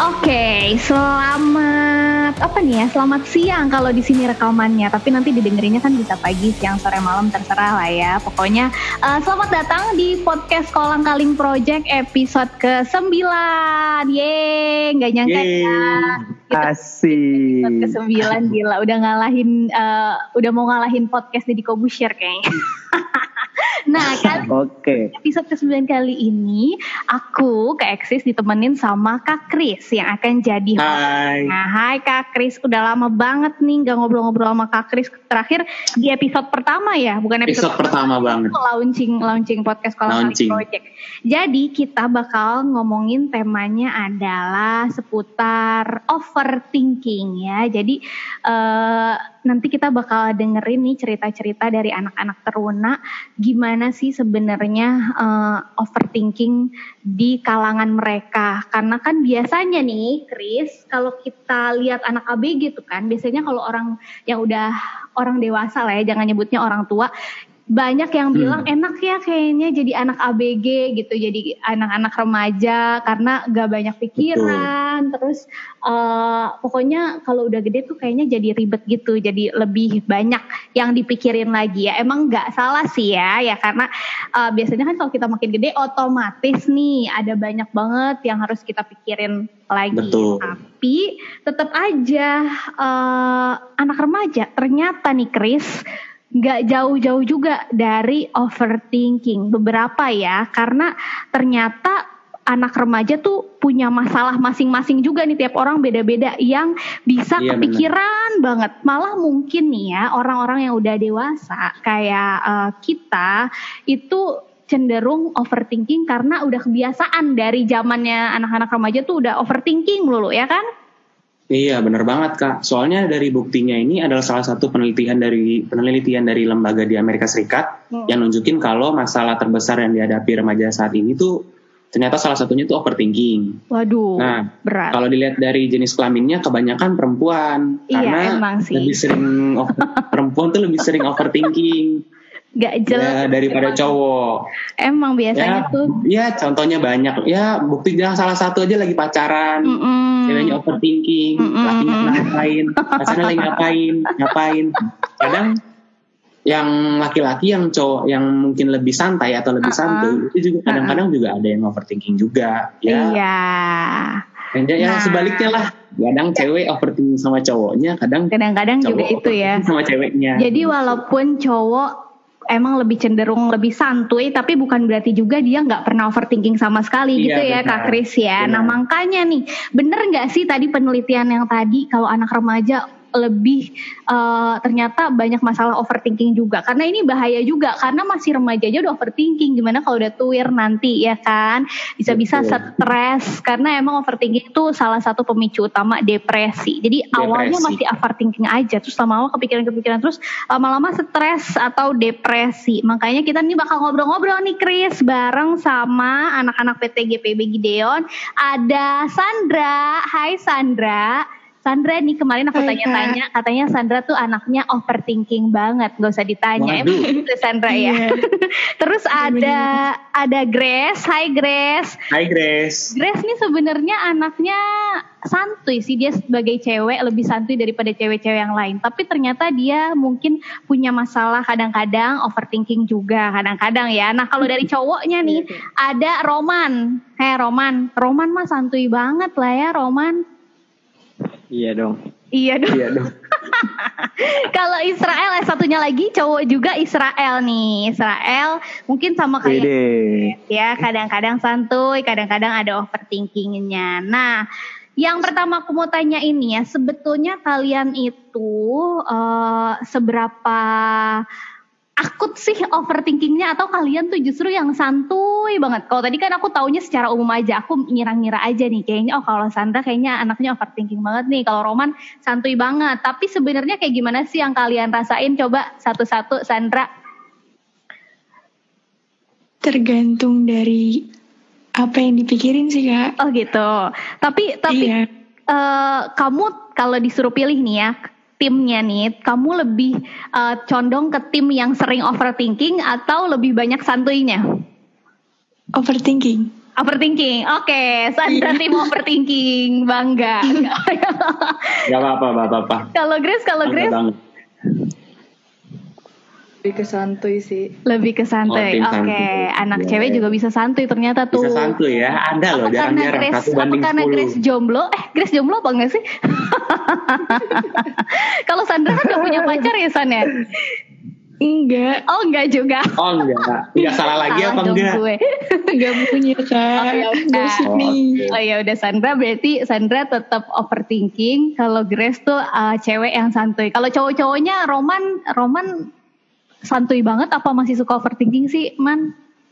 Oke, selamat apa nih ya? Selamat siang kalau di sini rekamannya. Tapi nanti didengerinnya kan bisa pagi, siang, sore, malam terserah lah ya. Pokoknya selamat datang di podcast Kolang Kaling Project episode ke-9. Yeay, nggak nyangka ya. Asik. Episode ke-9 gila, udah mau ngalahin podcast Deddy Corbuzier kayaknya. Nah, episode ke-9 kali ini aku Kak Eksis ditemenin sama Kak Kris yang akan jadi host. Nah, hai Kak Kris, udah lama banget nih gak ngobrol-ngobrol sama Kak Kris. Terakhir di episode pertama ya, bukan episode pertama banget. Launching podcast Kolang Kaling Project. Jadi kita bakal ngomongin temanya adalah seputar overthinking ya. Jadi nanti kita bakal dengerin nih cerita-cerita dari anak-anak teruna gimana sih sebenarnya overthinking di kalangan mereka. Karena kan biasanya nih Kris, kalau kita lihat anak ABG tuh kan biasanya kalau orang yang udah orang dewasa lah ya, jangan nyebutnya orang tua, banyak yang bilang enak ya kayaknya jadi anak ABG gitu, jadi anak-anak remaja karena gak banyak pikiran. Terus pokoknya kalau udah gede tuh kayaknya jadi ribet gitu, jadi lebih banyak yang dipikirin lagi ya. Emang gak salah sih ya karena biasanya kan kalau kita makin gede otomatis nih ada banyak banget yang harus kita pikirin lagi. Betul. Tapi tetap aja anak remaja ternyata nih Kris gak jauh-jauh juga dari overthinking. Beberapa ya, karena ternyata anak remaja tuh punya masalah masing-masing juga nih, tiap orang beda-beda yang bisa kepikiran banget. Malah mungkin nih ya orang-orang yang udah dewasa kayak kita itu cenderung overthinking karena udah kebiasaan dari zamannya anak-anak remaja tuh udah overthinking melulu ya kan? Iya benar banget Kak. Soalnya dari buktinya ini adalah salah satu penelitian dari lembaga di Amerika Serikat yang nunjukin kalau masalah terbesar yang dihadapi remaja saat ini tuh ternyata salah satunya tuh overthinking. Waduh, nah, berat. Kalau dilihat dari jenis kelaminnya kebanyakan perempuan. Iya, emang sih. Perempuan tuh lebih sering overthinking. Gak jelas ya, daripada cowok. Emang biasanya tuh. Ya contohnya banyak. Ya bukti salah satu aja lagi pacaran. Ceweknya overthinking, lakinya ngapain, pacarnya lagi ngapain. Kadang yang laki-laki, yang cowok yang mungkin lebih santai atau lebih santuy itu juga kadang-kadang juga ada yang overthinking juga. Ya. Iya. Ya sebaliknya lah. Kadang cewek overthinking sama cowoknya, kadang-kadang juga itu ya. Sama ceweknya. Jadi walaupun cowok emang lebih cenderung lebih santuy, tapi bukan berarti juga dia nggak pernah overthinking sama sekali gitu ya Kak Kris ya. Benar. Nah makanya nih, bener nggak sih tadi penelitian yang tadi kalau anak remaja lebih ternyata banyak masalah overthinking juga, karena ini bahaya juga karena masih remaja aja udah overthinking, gimana kalau udah tuir nanti ya kan, bisa-bisa stres karena emang overthinking itu salah satu pemicu utama depresi. Jadi awalnya masih overthinking aja, terus lama-lama kepikiran terus lama-lama stres atau depresi. Makanya kita nih bakal ngobrol-ngobrol nih Kris bareng sama anak-anak PTGPB Gideon. Ada Sandra. Hai Sandra. Sandra nih kemarin aku tanya-tanya, katanya Sandra tuh anaknya overthinking banget, gak usah ditanya. Waduh. Emang gitu Sandra ya. Terus ada Grace. Hai Grace. Hai Grace. Grace nih sebenarnya anaknya santuy sih, dia sebagai cewek lebih santuy daripada cewek-cewek yang lain. Tapi ternyata dia mungkin punya masalah kadang-kadang overthinking juga kadang-kadang ya. Nah kalau dari cowoknya nih ada Roman. Hai Roman. Roman mah santuy banget lah ya Roman. Iya dong. Kalau Israel satunya lagi cowok juga Israel nih. Israel mungkin sama kayak ya, kadang-kadang santuy, kadang-kadang ada overthinkingnya. Nah, yang pertama aku mau tanya ini ya, sebetulnya kalian itu seberapa akut sih overthinkingnya, atau kalian tuh justru yang santuy banget? Kalau tadi kan aku taunya secara umum aja, aku ngira-ngira aja nih kayaknya kalau Sandra kayaknya anaknya overthinking banget nih, kalau Roman santuy banget. Tapi sebenarnya kayak gimana sih yang kalian rasain? Coba satu-satu Sandra. Tergantung dari apa yang dipikirin sih Kak. Oh gitu. Tapi iya. Kamu kalau disuruh pilih nih ya, timnya nih, kamu lebih condong ke tim yang sering overthinking atau lebih banyak santuynya? Overthinking. Overthinking, oke. Sandra tim overthinking, bangga. Gak apa-apa. Kalau Grace? Lebih ke santuy sih. Lebih ke santuy, oke. Anak cewek juga bisa santuy ternyata tuh. Bisa santuy ya, ada loh jarang-jarang. Apa karena Grace jomblo? Grace jomblo apa enggak sih? Kalau Sandra kan gak punya pacar ya San ya? Enggak. Oh enggak juga. Oh enggak. Tidak salah lagi apa enggak? Enggak punya Kak. Gosip nih. Oh ya udah Sandra, berarti Sandra tetap overthinking. Kalau Grace tuh cewek yang santuy. Kalau cowok-cowoknya Roman santuy banget apa masih suka overthinking sih, Man?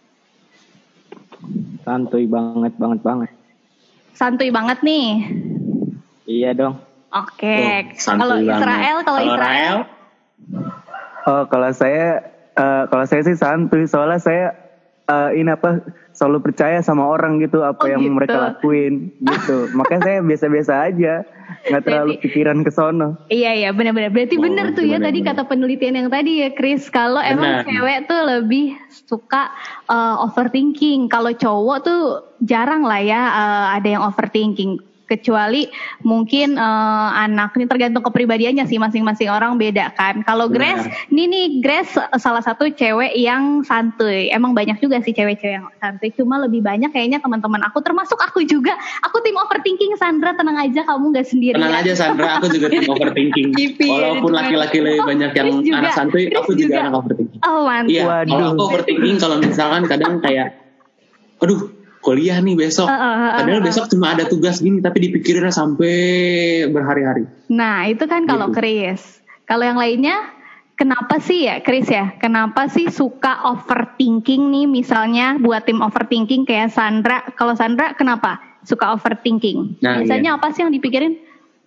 Santuy banget. Santuy banget nih. Iya dong. Oke. Kalau Israel? Oh, kalau saya sih santuy, soalnya saya selalu percaya sama orang gitu apa yang gitu. mereka lakuin gitu. Makanya saya biasa-biasa aja, nggak terlalu pikiran ke sono. Iya benar-benar. Berarti benar tuh ya tadi kata penelitian yang tadi ya Chris. Kalau emang cewek tuh lebih suka overthinking. Kalau cowok tuh jarang lah ya ada yang overthinking. Kecuali mungkin anak ini tergantung kepribadiannya sih, masing-masing orang beda kan. Kalau Grace, nih Grace salah satu cewek yang santuy. Emang banyak juga sih cewek-cewek yang santuy, cuma lebih banyak kayaknya teman-teman aku, termasuk aku juga. Aku tim overthinking. Sandra tenang aja, kamu gak sendirian. Tenang aja Sandra, aku juga tim overthinking. Walaupun laki-laki lebih banyak yang anak santuy, aku juga anak overthinking. Oh mantap. Iya, kalau aku overthinking kalau misalkan kadang kayak, aduh kuliah nih besok, padahal besok cuma ada tugas gini, tapi dipikirinnya sampai berhari-hari. Nah itu kan kalau Chris. Kalau yang lainnya, kenapa sih ya Chris ya? Kenapa sih suka overthinking nih? Misalnya buat tim overthinking kayak Sandra. Kalau Sandra kenapa suka overthinking? Biasanya apa sih yang dipikirin?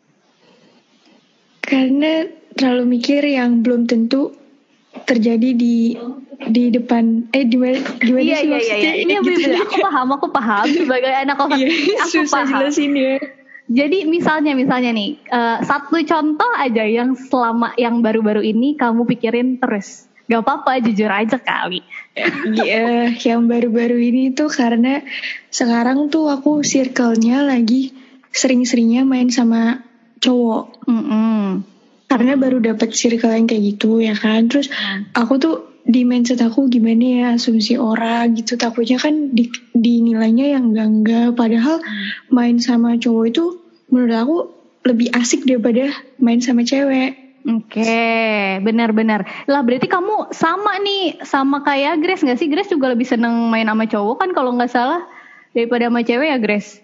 Karena terlalu mikir yang belum tentu terjadi di depan gimana sih maksudnya? Iya benar. Aku paham sebagai anak overthinking aku paham. Jelasin ya. Jadi misalnya nih satu contoh aja yang yang baru-baru ini kamu pikirin terus. Gak apa-apa, jujur aja kali. Iya, yang baru-baru ini tuh karena sekarang tuh aku circle-nya lagi sering-seringnya main sama cowok. Karena baru dapet circle yang kayak gitu ya kan. Terus aku tuh di mindset aku gimana ya, asumsi orang gitu, takutnya kan dinilainya yang enggak. Padahal main sama cowok itu menurut aku lebih asik daripada main sama cewek. Oke, benar-benar. Lah berarti kamu sama kayak Grace gak sih? Grace juga lebih seneng main sama cowok kan kalau gak salah daripada sama cewek ya Grace?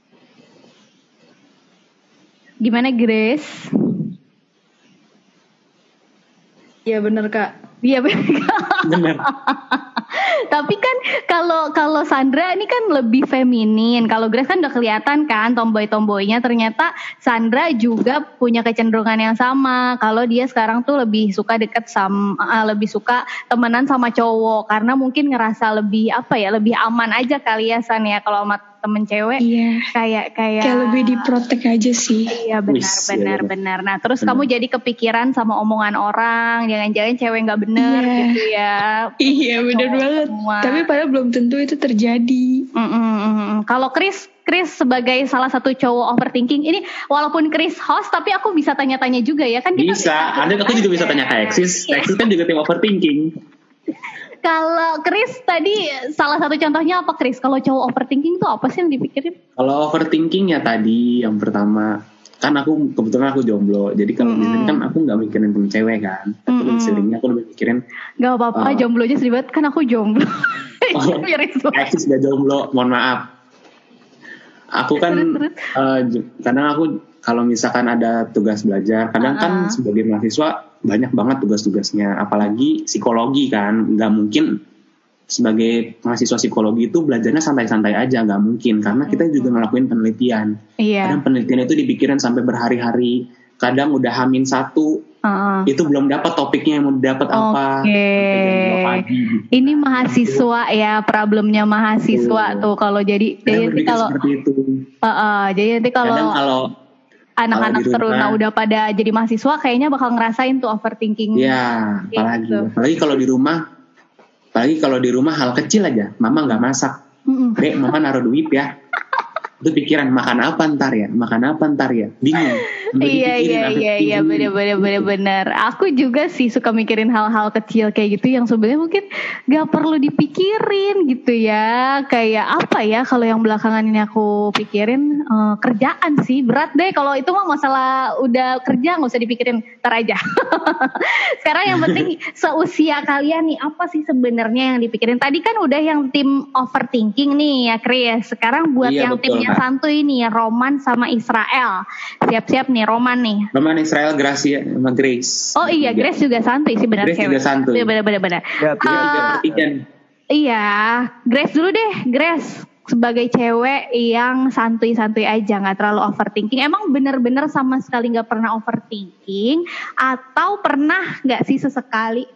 Gimana Grace? Iya benar Kak. Iya benar. Tapi kan kalau Sandra ini kan lebih feminin. Kalau Grace kan udah kelihatan kan tomboy-tomboynya. Ternyata Sandra juga punya kecenderungan yang sama. Kalau dia sekarang tuh lebih suka lebih suka temenan sama cowok karena mungkin ngerasa lebih lebih aman aja kali ya San ya kalau sama temen cewek. Iya. Kayak lebih diprotek aja sih. Iya benar. Nah terus kamu jadi kepikiran sama omongan orang, jangan-jangan cewek nggak bener gitu ya. Iya benar banget. Semua. Tapi padahal belum tentu itu terjadi. Kalau Chris sebagai salah satu cowok overthinking ini, walaupun Chris host tapi aku bisa tanya-tanya juga ya kan? Bisa. Aku juga bisa tanya ke Exis. Exis kan juga tim overthinking. Kalau Chris tadi salah satu contohnya apa Chris? Kalau cowok overthinking itu apa sih yang dipikirin? Kalau overthinking ya tadi yang pertama kan kebetulan aku jomblo, jadi kalau biasanya kan aku nggak mikirin temen cewek kan, tapi lebih seringnya aku lebih mikirin. Gak apa-apa, jomblonya sedih banget kan aku jomblo. Eksis gak jomblo, mohon maaf. Aku kan kadang aku kalau misalkan ada tugas belajar, kadang kan sebagai mahasiswa banyak banget tugas-tugasnya, apalagi psikologi kan, nggak mungkin sebagai mahasiswa psikologi itu belajarnya santai-santai aja, nggak mungkin karena kita juga ngelakuin penelitian. Kadang penelitian itu dipikirin sampai berhari-hari, kadang udah H-1 itu belum dapat topiknya yang mau dapat apa. Pagi. Ini mahasiswa ya, problemnya mahasiswa tuh kalau jadi nanti kalau jadi nanti kalau anak-anak teruna udah pada jadi mahasiswa kayaknya bakal ngerasain tuh overthinking. Iya, apalagi kalau di rumah hal kecil aja, mama nggak masak, Dek, mama naruh duit ya. Itu pikiran makan apa ntar ya, bingung. Iya, benar. Aku juga sih suka mikirin hal-hal kecil kayak gitu yang sebenarnya mungkin gak perlu dipikirin gitu ya. Kayak apa ya kalau yang belakangan ini aku pikirin, kerjaan sih berat deh. Kalau itu mah masalah udah kerja nggak usah dipikirin, ntar aja. Sekarang yang penting seusia kalian nih, apa sih sebenarnya yang dipikirin? Tadi kan udah yang tim overthinking nih ya Chris. Sekarang buat yang timnya santuy nih, Roman sama Israel. Siap-siap nih Roman nih. Roman, Israel, Gracia sama Grace. Oh iya, Grace juga santuy sih benar. Grace juga santuy. Iya benar. Iya, Grace dulu deh. Grace sebagai cewek yang santuy-santuy aja, nggak terlalu overthinking. Emang bener-bener sama sekali nggak pernah overthinking atau pernah nggak sih sesekali?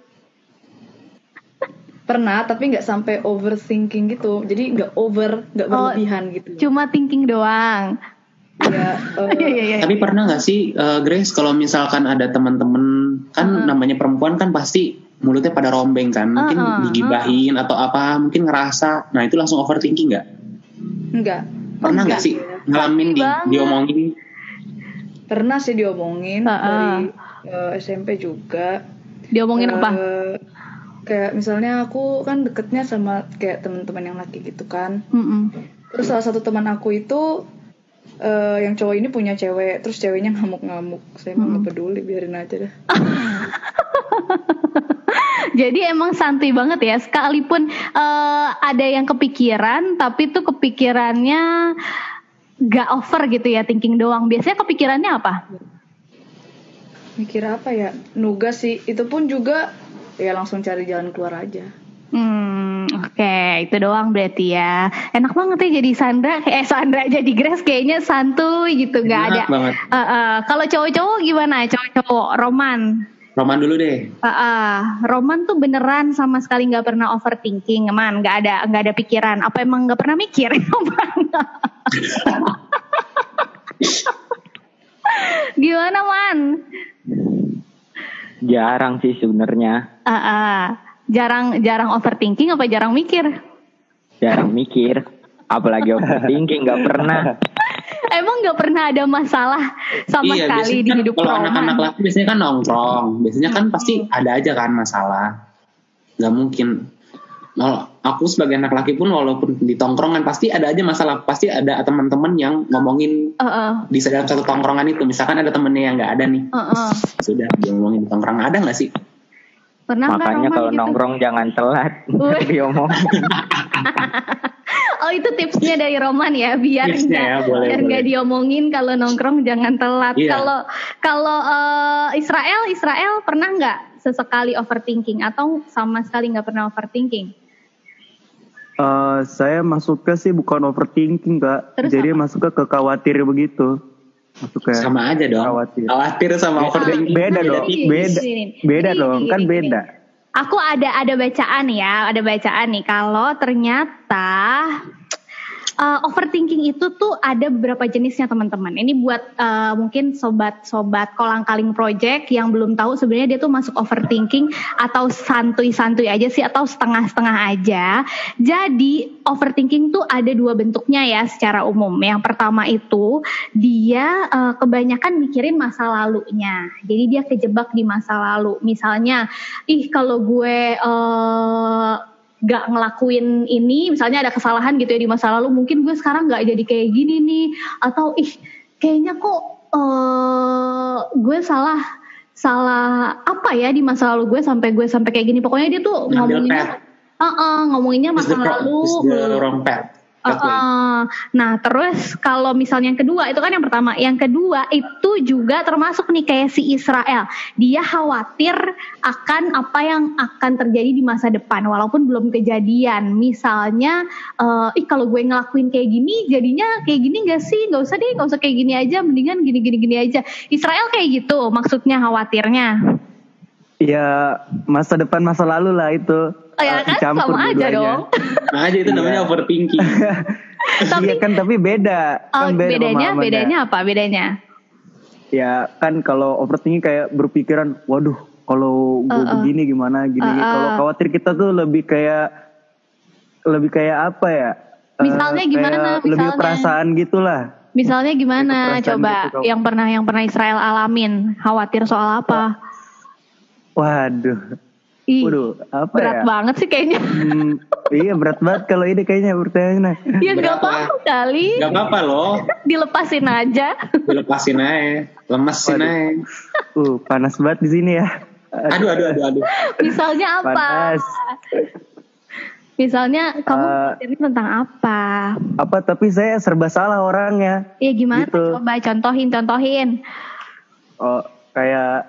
Pernah, tapi nggak sampai overthinking gitu. Jadi nggak berlebihan gitu. Cuma thinking doang. Ya, Tapi pernah nggak sih Grace, kalau misalkan ada teman-teman kan namanya perempuan kan pasti mulutnya pada rombeng kan, mungkin digibahin atau apa, mungkin ngerasa, nah itu langsung overthinking nggak? Enggak. Pernah nggak sih ngalamin diomongin? Pernah sih diomongin dari SMP juga. Diomongin apa? Kayak misalnya aku kan deketnya sama kayak teman-teman yang laki gitu kan. Terus salah satu teman aku itu yang cowok ini punya cewek, terus ceweknya ngamuk-ngamuk. Saya emang gak peduli, biarin aja dah. Jadi emang santuy banget ya, sekalipun ada yang kepikiran, tapi tuh kepikirannya gak over gitu ya, thinking doang. Biasanya kepikirannya apa? Mikir apa ya? Nugas sih, itu pun juga ya langsung cari jalan keluar aja. Oke, itu doang berarti ya. Enak banget ya jadi Sandra jadi Grace kayaknya santuy gitu, nggak ada. Kalau cowok-cowok gimana? Cowok-cowok Roman dulu deh. Roman tuh beneran sama sekali nggak pernah overthinking, man. Nggak ada pikiran. Apa emang nggak pernah mikir? Gimana, Man? Jarang sih sebenarnya. Jarang overthinking apa jarang mikir? Jarang mikir, apalagi overthinking, nggak pernah. Emang nggak pernah ada masalah sama sekali di hidup Roman? Kalau anak-anak laki biasanya kan nongkrong, biasanya kan pasti ada aja kan masalah. Nggak mungkin. Aku sebagai anak laki pun walaupun di tongkrongan pasti ada aja masalah, pasti ada teman-teman yang ngomongin di dalam satu tongkrongan itu. Misalkan ada temennya yang nggak ada nih, sudah dia ngomongin di tongkrongan, ada nggak sih? Pernah. Makanya kalau gitu? Nongkrong jangan telat, diomongin. Oh itu tipsnya dari Roman ya, biar nggak diomongin kalau nongkrong jangan telat. Kalau Israel pernah nggak sesekali overthinking atau sama sekali nggak pernah overthinking? Saya masuknya sih bukan overthinking Kak. Terus jadi masuknya ke khawatir begitu. Masuknya sama aja dong. Khawatir sama overthinking beda dong. Beda dong, kan beda. Aku ada bacaan nih kalau ternyata overthinking itu tuh ada beberapa jenisnya teman-teman. Ini buat mungkin sobat-sobat kolang-kaling project yang belum tahu sebenarnya dia tuh masuk overthinking atau santuy-santuy aja sih atau setengah-setengah aja. Jadi overthinking tuh ada dua bentuknya ya secara umum. Yang pertama itu dia kebanyakan mikirin masa lalunya. Jadi dia kejebak di masa lalu. Misalnya, kalau gue gak ngelakuin ini, misalnya ada kesalahan gitu ya di masa lalu, mungkin gue sekarang gak jadi kayak gini nih, atau kayaknya kok gue salah apa ya di masa lalu gue sampai kayak gini. Pokoknya dia tuh ngomonginnya masa lalu. Nah terus kalau misalnya yang kedua, itu kan yang pertama, yang kedua itu juga termasuk nih kayak si Israel, dia khawatir akan apa yang akan terjadi di masa depan walaupun belum kejadian. Misalnya kalau gue ngelakuin kayak gini jadinya kayak gini gak sih, gak usah kayak gini aja, mendingan gini aja. Israel kayak gitu maksudnya khawatirnya. Ya masa depan masa lalu lah itu. Ya kan sama aja dong. Nah aja itu namanya overthinking. tapi beda. Bedanya apa bedanya? Ya kan kalau overthinking kayak berpikiran, waduh kalau gue begini gimana gini. Kalau khawatir kita tuh lebih kayak apa ya? Misalnya gimana? Lebih perasaan gitulah. Misalnya gimana? Coba gitu, yang pernah Israel alamin, khawatir soal apa? Waduh. Waduh, apa berat ya? banget sih kayaknya. Iya, berat banget kalau ini kayaknya pertanyaannya. Ya nggak apa-apa kali. Nggak apa-apa loh. Dilepasin aja. Lemesin aja. Panas banget di sini ya. Aduh. Misalnya apa? Panas. Misalnya kamu ini tentang apa? Apa? Tapi saya serba salah orangnya. Iya gimana? Gitu. Coba contohin. Oh, kayak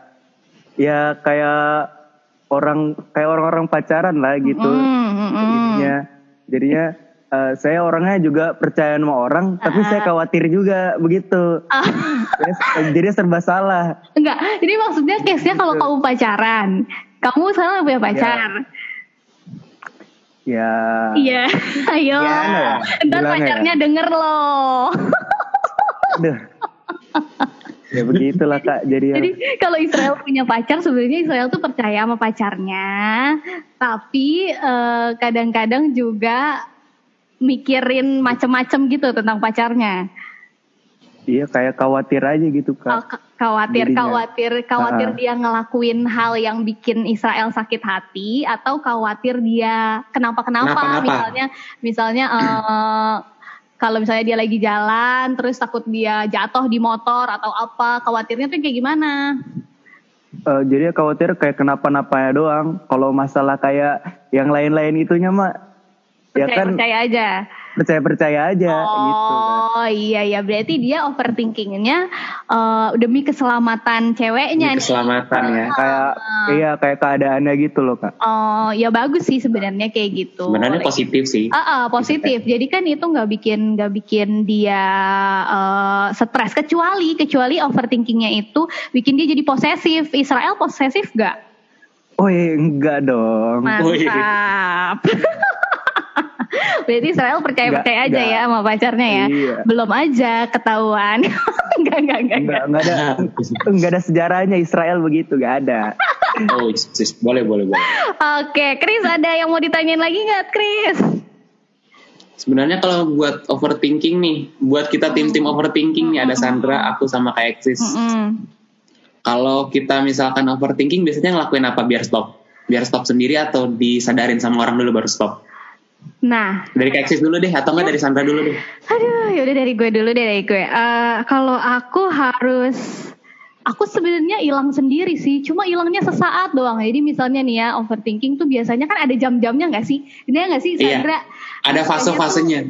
orang-orang pacaran lah gitu. Jadinya saya orangnya juga percaya sama orang, tapi saya khawatir juga begitu. Jadi serba salah. Enggak, ini maksudnya case-nya kalau kamu pacaran, kamu sekarang punya pacar. Ya. Iya, ayo. Ntar pacarnya denger loh. Aduh. Ya begitulah Kak. Jadi kalau Israel punya pacar, sebenarnya Israel tuh percaya sama pacarnya, tapi kadang-kadang juga mikirin macem-macem gitu tentang pacarnya. Iya, kayak khawatir aja gitu Kak. Khawatir dia ngelakuin hal yang bikin Israel sakit hati, atau khawatir dia kenapa. Misalnya kalau misalnya dia lagi jalan terus takut dia jatuh di motor atau apa, khawatirnya tuh kayak gimana? Jadi khawatir kayak kenapa-napanya doang. Kalau masalah kayak yang lain-lain itunya mah percaya aja gitu kan. Oh iya, berarti dia overthinkingnya demi keselamatan ceweknya. Keselamatan ya. Kayak keadaannya gitu loh Kak. Oh ya, bagus sih sebenarnya kayak gitu. Sebenarnya positif sih. Positif. Jadi kan itu nggak bikin dia stres, kecuali overthinkingnya itu bikin dia jadi posesif. Israel posesif nggak? Oh iya, enggak dong. Mantap. Berarti Israel percaya aja ya sama pacarnya ya. Iya. Belum aja ketahuan. Enggak ada sejarahnya Israel begitu, enggak ada. Oh, boleh. Oke, Chris, ada yang mau ditanyain lagi nggak, Chris? Sebenarnya kalau buat overthinking nih, buat kita tim overthinking nih, ada Sandra, aku sama Kak Eksis. Kalau kita misalkan overthinking, biasanya ngelakuin apa biar stop? Biar stop sendiri atau disadarin sama orang dulu baru stop? Nah, dari Kak Eksis dulu deh, atau enggak dari Sandra dulu deh? Aduh, yaudah dari gue dulu deh. Kalau aku sebenarnya hilang sendiri sih, cuma hilangnya sesaat doang. Jadi misalnya nih ya, overthinking tuh biasanya kan ada jam-jamnya nggak sih? Ini nggak sih, Sandra? Iya, ada fase-fasenya.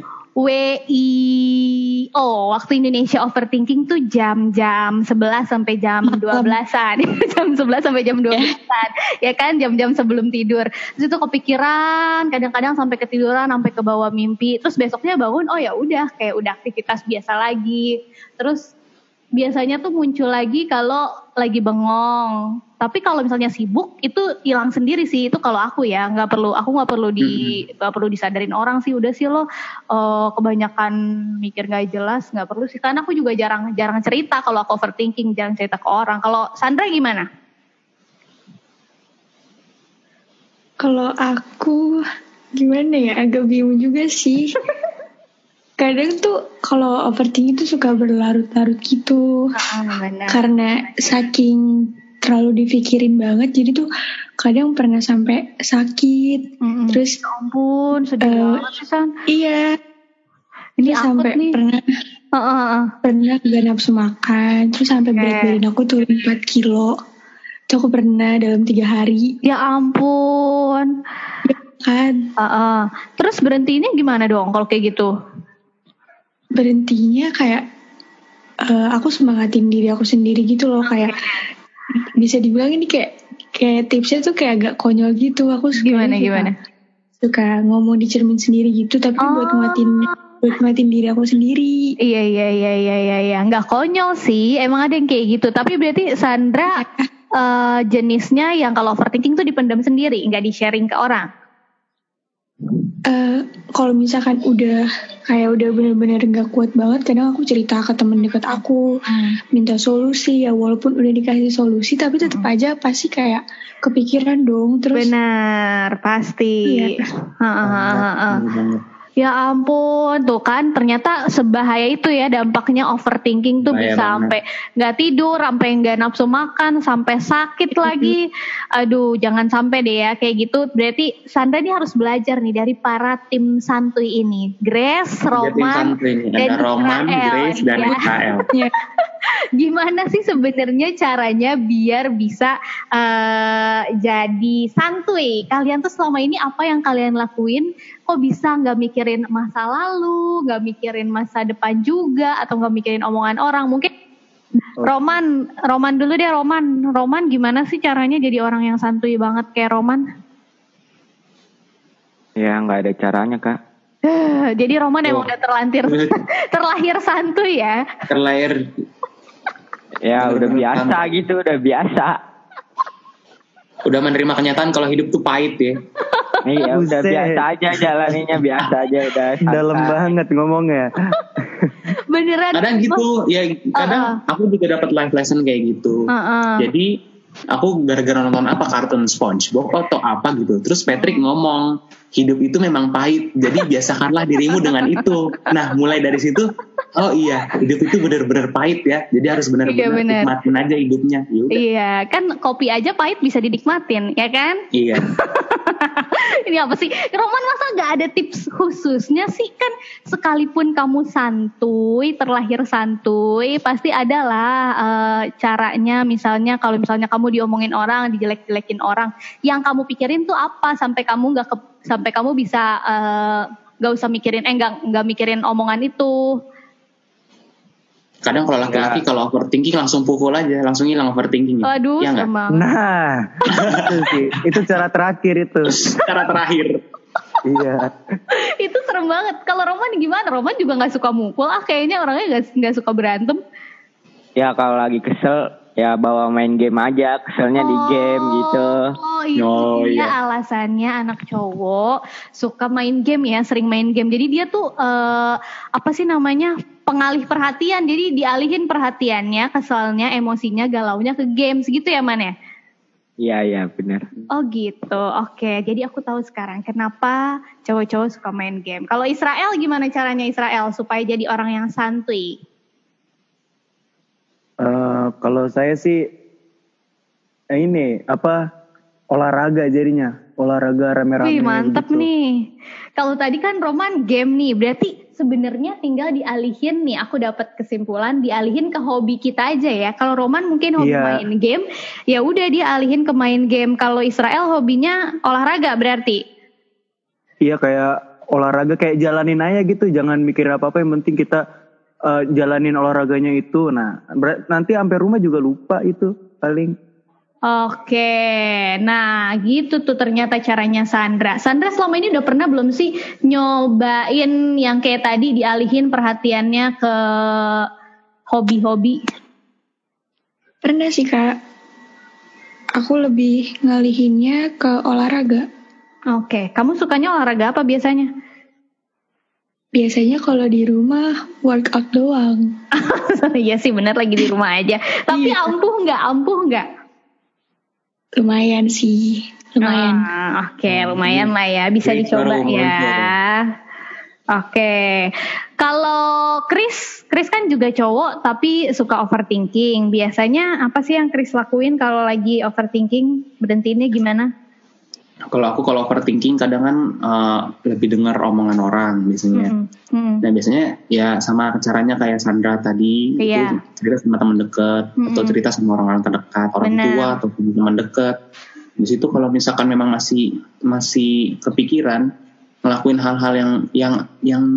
Waktu Indonesia overthinking tuh jam 11 sampai jam 12-an. Jam 11 sampai jam 12-an. Ya kan, jam-jam sebelum tidur. Terus itu kepikiran, kadang-kadang sampai ketiduran, sampai ke bawah mimpi. Terus besoknya bangun, oh ya udah, kayak udah aktivitas biasa lagi. Terus biasanya tuh muncul lagi kalau lagi bengong. Tapi kalau misalnya sibuk itu hilang sendiri sih. Itu kalau aku ya, aku nggak perlu disadarin orang sih. Udah sih lo kebanyakan mikir nggak jelas, nggak perlu sih. Karena aku juga jarang cerita kalau aku overthinking, jarang cerita ke orang. Kalau Sandra gimana? Kalau aku gimana ya, agak bingung juga sih. Kadang tuh kalau overthinking tuh suka berlarut-larut gitu. Karena saking terlalu dipikirin banget, jadi tuh kadang pernah sampai sakit. Terus ampun, sedih banget sih San. Iya. Ini sampai nih. pernah gak nafsu makan, terus sampai berat badan aku turun 4 kilo. Itu aku pernah dalam 3 hari. Ya ampun. Kan. Terus berhentinya gimana dong kalau kayak gitu? Berhentinya kayak aku semangatin diri aku sendiri gitu loh, kayak bisa dibilang ini kayak tipsnya tuh kayak agak konyol gitu. Aku gimana? Suka ngomong di cermin sendiri gitu, tapi buat nguatin diri aku sendiri. Iya. Nggak konyol sih, emang ada yang kayak gitu. Tapi berarti Sandra jenisnya yang kalau overthinking tuh dipendam sendiri, nggak di-sharing ke orang. Kalau misalkan udah benar-benar gak kuat banget, kadang aku cerita ke teman dekat aku, minta solusi ya, walaupun udah dikasih solusi tapi tetap aja pasti kayak kepikiran dong. Terus benar pasti. Iya. Ya ampun, tuh kan ternyata sebahaya itu ya dampaknya overthinking tuh. Bahaya bisa sampai nggak tidur, sampai nggak nafsu makan, sampai sakit lagi. Aduh, jangan sampai deh ya kayak gitu. Berarti Sandra nih harus belajar nih dari para tim santuy ini. Grace, Roman, dan Roman, Grace, dan Israel. Gimana sih sebenarnya caranya biar bisa jadi santuy? Kalian tuh selama ini apa yang kalian lakuin? Kok bisa nggak mikirin masa lalu, nggak mikirin masa depan juga, atau nggak mikirin omongan orang? Mungkin Roman dulu deh. Roman gimana sih caranya jadi orang yang santuy banget kayak Roman? Ya nggak ada caranya Kak. Jadi Roman emang udah terlahir santuy ya? Terlahir. Ya udah biasa gitu, udah biasa. Udah menerima kenyataan kalau hidup tuh pahit ya. Iya, udah biasa aja jalaninya, biasa aja udah. Dalam banget ngomongnya. Beneran. Kadang gitu, ya kadang aku juga dapat life lesson kayak gitu. Jadi aku gara-gara nonton kartun SpongeBob atau apa gitu. Terus Patrick ngomong, hidup itu memang pahit. Jadi biasakanlah dirimu dengan itu. Nah, mulai dari situ, oh iya, hidup itu benar-benar pahit ya. Jadi harus benar-benar nikmatin aja hidupnya. Yaudah. Iya, kan kopi aja pahit bisa dinikmatin, ya kan? Iya. Ini apa sih? Roman masa gak ada tips khususnya sih? Kan sekalipun kamu santuy, terlahir santuy, pasti adalah caranya. Misalnya kalau misalnya kamu diomongin orang, dijelek-jelekin orang, yang kamu pikirin tuh apa sampai kamu sampai kamu bisa gak usah mikirin nggak mikirin omongan itu. Kadang kalau laki-laki kalau overthinking langsung pukul aja, langsung hilang overthinking. Aduh, ya nah, itu sih, itu cara terakhir itu. Cara terakhir. Iya. Itu serem banget. Kalau Roman gimana? Roman juga nggak suka mukul. Kayaknya orangnya nggak suka berantem. Ya kalau lagi kesel, ya bawa main game aja, keselnya di game gitu. Iya. Alasannya anak cowok suka main game ya, sering main game. Jadi dia tuh apa sih namanya, pengalih perhatian. Jadi dialihin perhatiannya, keselnya, emosinya, galaunya ke games gitu ya Man ya? Iya benar. Oh gitu, oke. Jadi aku tahu sekarang kenapa cowok-cowok suka main game. Kalau Israel gimana caranya Israel supaya jadi orang yang santuy? Kalau saya sih olahraga jadinya, olahraga rame-rame. Wih mantep gitu. Nih. Kalau tadi kan Roman game nih, berarti sebenarnya tinggal dialihin nih. Aku dapat kesimpulan dialihin ke hobi kita aja ya. Kalau Roman mungkin hobi main game, ya udah dia alihin ke main game. Kalau Israel hobinya olahraga berarti. Iya kayak olahraga kayak jalanin aja gitu, jangan mikir apa-apa, yang penting kita jalanin olahraganya itu. Nah, nanti sampai rumah juga lupa itu paling. Oke, nah gitu tuh ternyata caranya Sandra. Sandra selama ini udah pernah belum sih nyobain yang kayak tadi dialihin perhatiannya ke hobi-hobi? Pernah sih Kak. Aku lebih ngalihinnya ke olahraga. Oke, kamu sukanya olahraga apa biasanya? Biasanya kalau di rumah workout doang. Iya sih benar, lagi di rumah aja. Tapi ampuh nggak? Lumayan sih, lumayan. Oke, lumayan lah ya, bisa dicoba ya. Oke, kalau Chris kan juga cowok tapi suka overthinking. Biasanya apa sih yang Chris lakuin kalau lagi overthinking? Berhentiinnya gimana? Kalau overthinking kadang kan lebih dengar omongan orang biasanya. Nah biasanya ya sama caranya kayak Sandra tadi, itu cerita sama teman dekat atau cerita sama orang-orang terdekat, orang tua atau teman dekat. Di situ kalau misalkan memang masih kepikiran ngelakuin hal-hal yang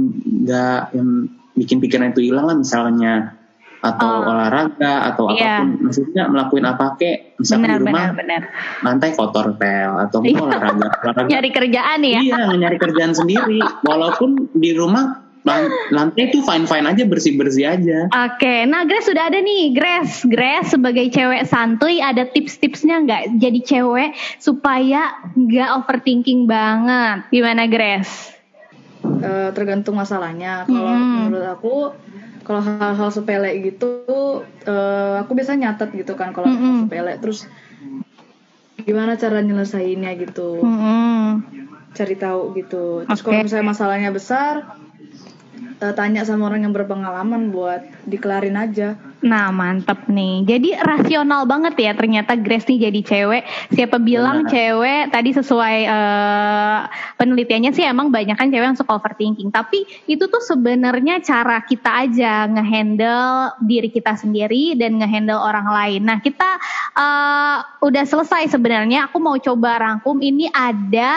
bikin pikiran itu hilang lah, misalnya atau olahraga atau apapun, maksudnya melakukan apa kek, misalnya di rumah lantai kotor atau olahraga nyari kerjaan ya. Iya, nyari kerjaan sendiri walaupun di rumah lantai itu fine aja, bersih aja. Oke, nah Grace sudah ada nih. Grace sebagai cewek santuy ada tips-tipsnya nggak jadi cewek supaya nggak overthinking banget? Gimana Grace? Tergantung masalahnya. Kalau menurut aku, kalau hal-hal sepele gitu, aku biasa nyatet gitu kan kalau hal sepele. Terus gimana cara nyelesainnya gitu. cari tahu gitu. Terus kalau misalnya masalahnya besar, tanya sama orang yang berpengalaman buat dikelarin aja. Nah mantep nih. Jadi rasional banget ya ternyata Grace nih jadi cewek. Siapa bilang cewek tadi sesuai penelitiannya sih emang banyak kan cewek yang suka overthinking. Tapi itu tuh sebenarnya cara kita aja ngehandle diri kita sendiri dan ngehandle orang lain. Nah kita udah selesai sebenarnya. Aku mau coba rangkum. Ini ada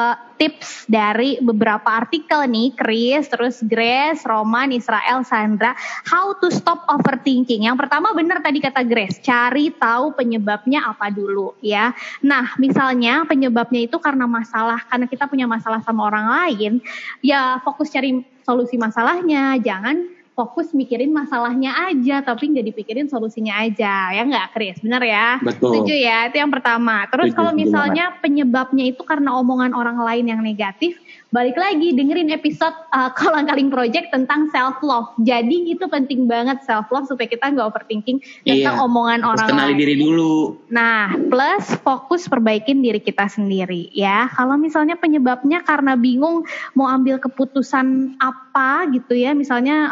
tips dari beberapa artikel nih, Chris, terus Grace, Roman, Israel, Sandra, how to stop overthinking. Yang pertama benar tadi kata Grace, cari tahu penyebabnya apa dulu ya. Nah misalnya penyebabnya itu karena kita punya masalah sama orang lain, ya fokus cari solusi masalahnya, jangan fokus mikirin masalahnya aja tapi nggak dipikirin solusinya aja, ya nggak Chris? Bener ya? Betul. Setuju ya, itu yang pertama. Terus kalau misalnya penyebabnya itu karena omongan orang lain yang negatif, balik lagi dengerin episode Kolang Kaling Project tentang self love. Jadi itu penting banget self love supaya kita nggak overthinking tentang omongan orang lain. Kenali diri dulu. Nah, plus fokus perbaikin diri kita sendiri ya. Kalau misalnya penyebabnya karena bingung mau ambil keputusan apa gitu ya, misalnya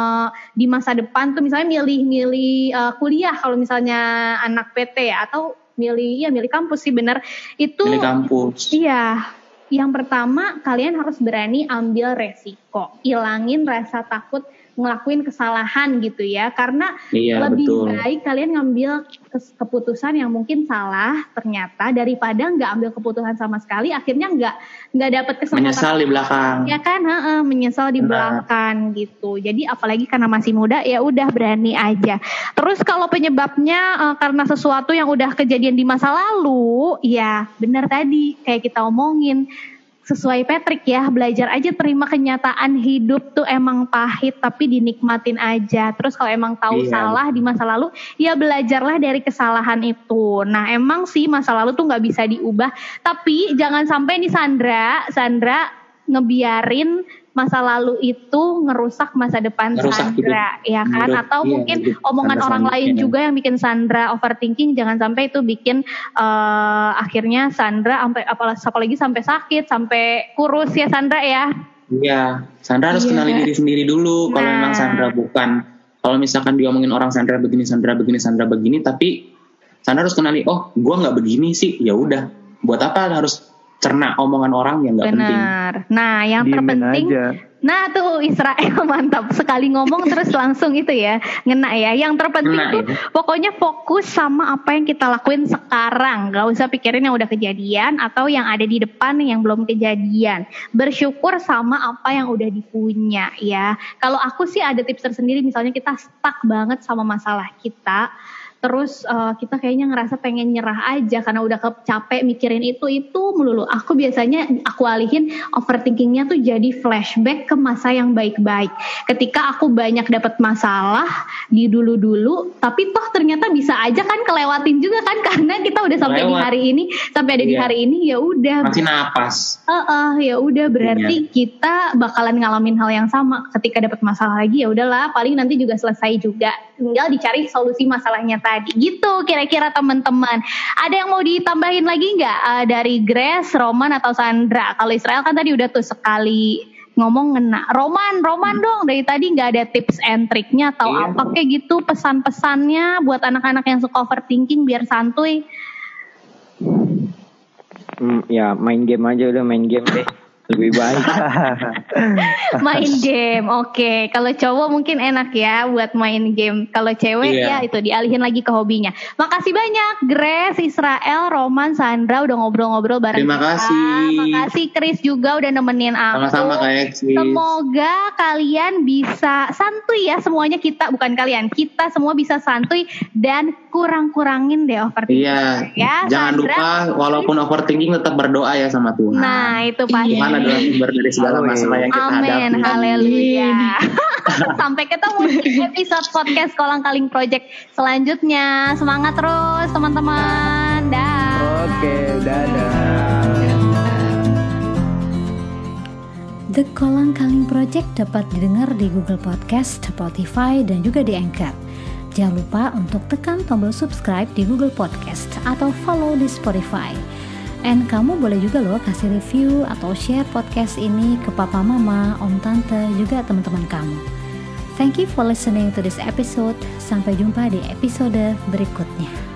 di masa depan tuh misalnya milih kuliah kalau misalnya anak PT ya, atau milih kampus sih bener. Itu milih kampus. Iya. Yang pertama, kalian harus berani ambil resiko. Ilangin rasa takut ngelakuin kesalahan gitu ya. Karena lebih baik kalian ngambil keputusan yang mungkin salah ternyata daripada nggak ambil keputusan sama sekali. Akhirnya nggak dapet kesempatan. Menyesal di belakang. Ya kan, menyesal di belakang gitu. Jadi apalagi karena masih muda, ya udah berani aja. Terus kalau penyebabnya karena sesuatu yang udah kejadian di masa lalu, ya benar tadi kayak kita omongin. Sesuai Patrick ya, belajar aja terima kenyataan hidup tuh emang pahit tapi dinikmatin aja. Terus kalau emang tahu salah di masa lalu, ya belajarlah dari kesalahan itu. Nah emang sih masa lalu tuh gak bisa diubah, tapi jangan sampai nih Sandra ngebiarin masa lalu itu ngerusak masa depan Sandra, ya kan? Atau mungkin omongan orang lain juga yang bikin Sandra overthinking, jangan sampai itu bikin akhirnya Sandra apalagi sampai sakit, sampai kurus ya Sandra ya. Iya, Sandra harus kenali diri sendiri dulu. Kalau memang Sandra bukan, kalau misalkan diomongin orang Sandra begini, tapi Sandra harus kenali, oh, gue nggak begini sih, ya udah. Buat apa harus cerna omongan orang yang nggak penting. Benar. Nah, yang terpenting. Nah tuh Israel mantap sekali ngomong terus langsung itu ya ngena ya. Yang terpenting tuh pokoknya fokus sama apa yang kita lakuin sekarang. Gak usah pikirin yang udah kejadian atau yang ada di depan yang belum kejadian. Bersyukur sama apa yang udah dipunya ya. Kalau aku sih ada tips tersendiri, misalnya kita stuck banget sama masalah kita. Terus kita kayaknya ngerasa pengen nyerah aja karena udah capek mikirin itu melulu. Aku biasanya alihin overthinkingnya tuh jadi flashback ke masa yang baik-baik. Ketika aku banyak dapat masalah di dulu-dulu, tapi toh ternyata bisa aja kan kelewatin juga kan, karena kita udah sampai di hari ini, sampai ada di hari ini, ya udah. Masih napas. Ya udah berarti kita bakalan ngalamin hal yang sama. Ketika dapat masalah lagi ya udahlah, paling nanti juga selesai juga. Tinggal dicari solusi masalahnya tadi. Gitu kira-kira teman-teman. Ada yang mau ditambahin lagi nggak dari Grace, Roman atau Sandra? Kalau Israel kan tadi udah tuh sekali ngomong ngena. Roman dong, dari tadi nggak ada tips and triknya atau apa kayak gitu, pesan-pesannya buat anak-anak yang suka overthinking biar santuy. Ya main game aja, udah main game deh. Lebih baik. Main game, oke. Kalau cowok mungkin enak ya buat main game. Kalau cewek ya itu dialihin lagi ke hobinya. Makasih banyak Grace, Israel, Roman, Sandra udah ngobrol-ngobrol bareng kita. Terima kasih. Makasih Chris juga udah nemenin aku. Sama-sama Kak Eksis. Semoga kalian bisa santuy ya semuanya, kita semua bisa santuy dan kurang-kurangin deh overthinking. Iya. Ya, jangan Sandra, lupa walaupun overthinking tetap berdoa ya sama Tuhan. Nah, itu pasti. Tuhan adalah sumber dari segala masalah yang kita hadapi. Amin, haleluya. Sampai ketemu di episode podcast Kolang Kaling Project selanjutnya. Semangat terus teman-teman. Dah. Oke, dadah. The Kolang Kaling Project dapat didengar di Google Podcast, Spotify, dan juga di Anchor. Jangan lupa untuk tekan tombol subscribe di Google Podcast atau follow di Spotify. And kamu boleh juga loh kasih review atau share podcast ini ke papa mama, om tante, juga teman-teman kamu. Thank you for listening to this episode. Sampai jumpa di episode berikutnya.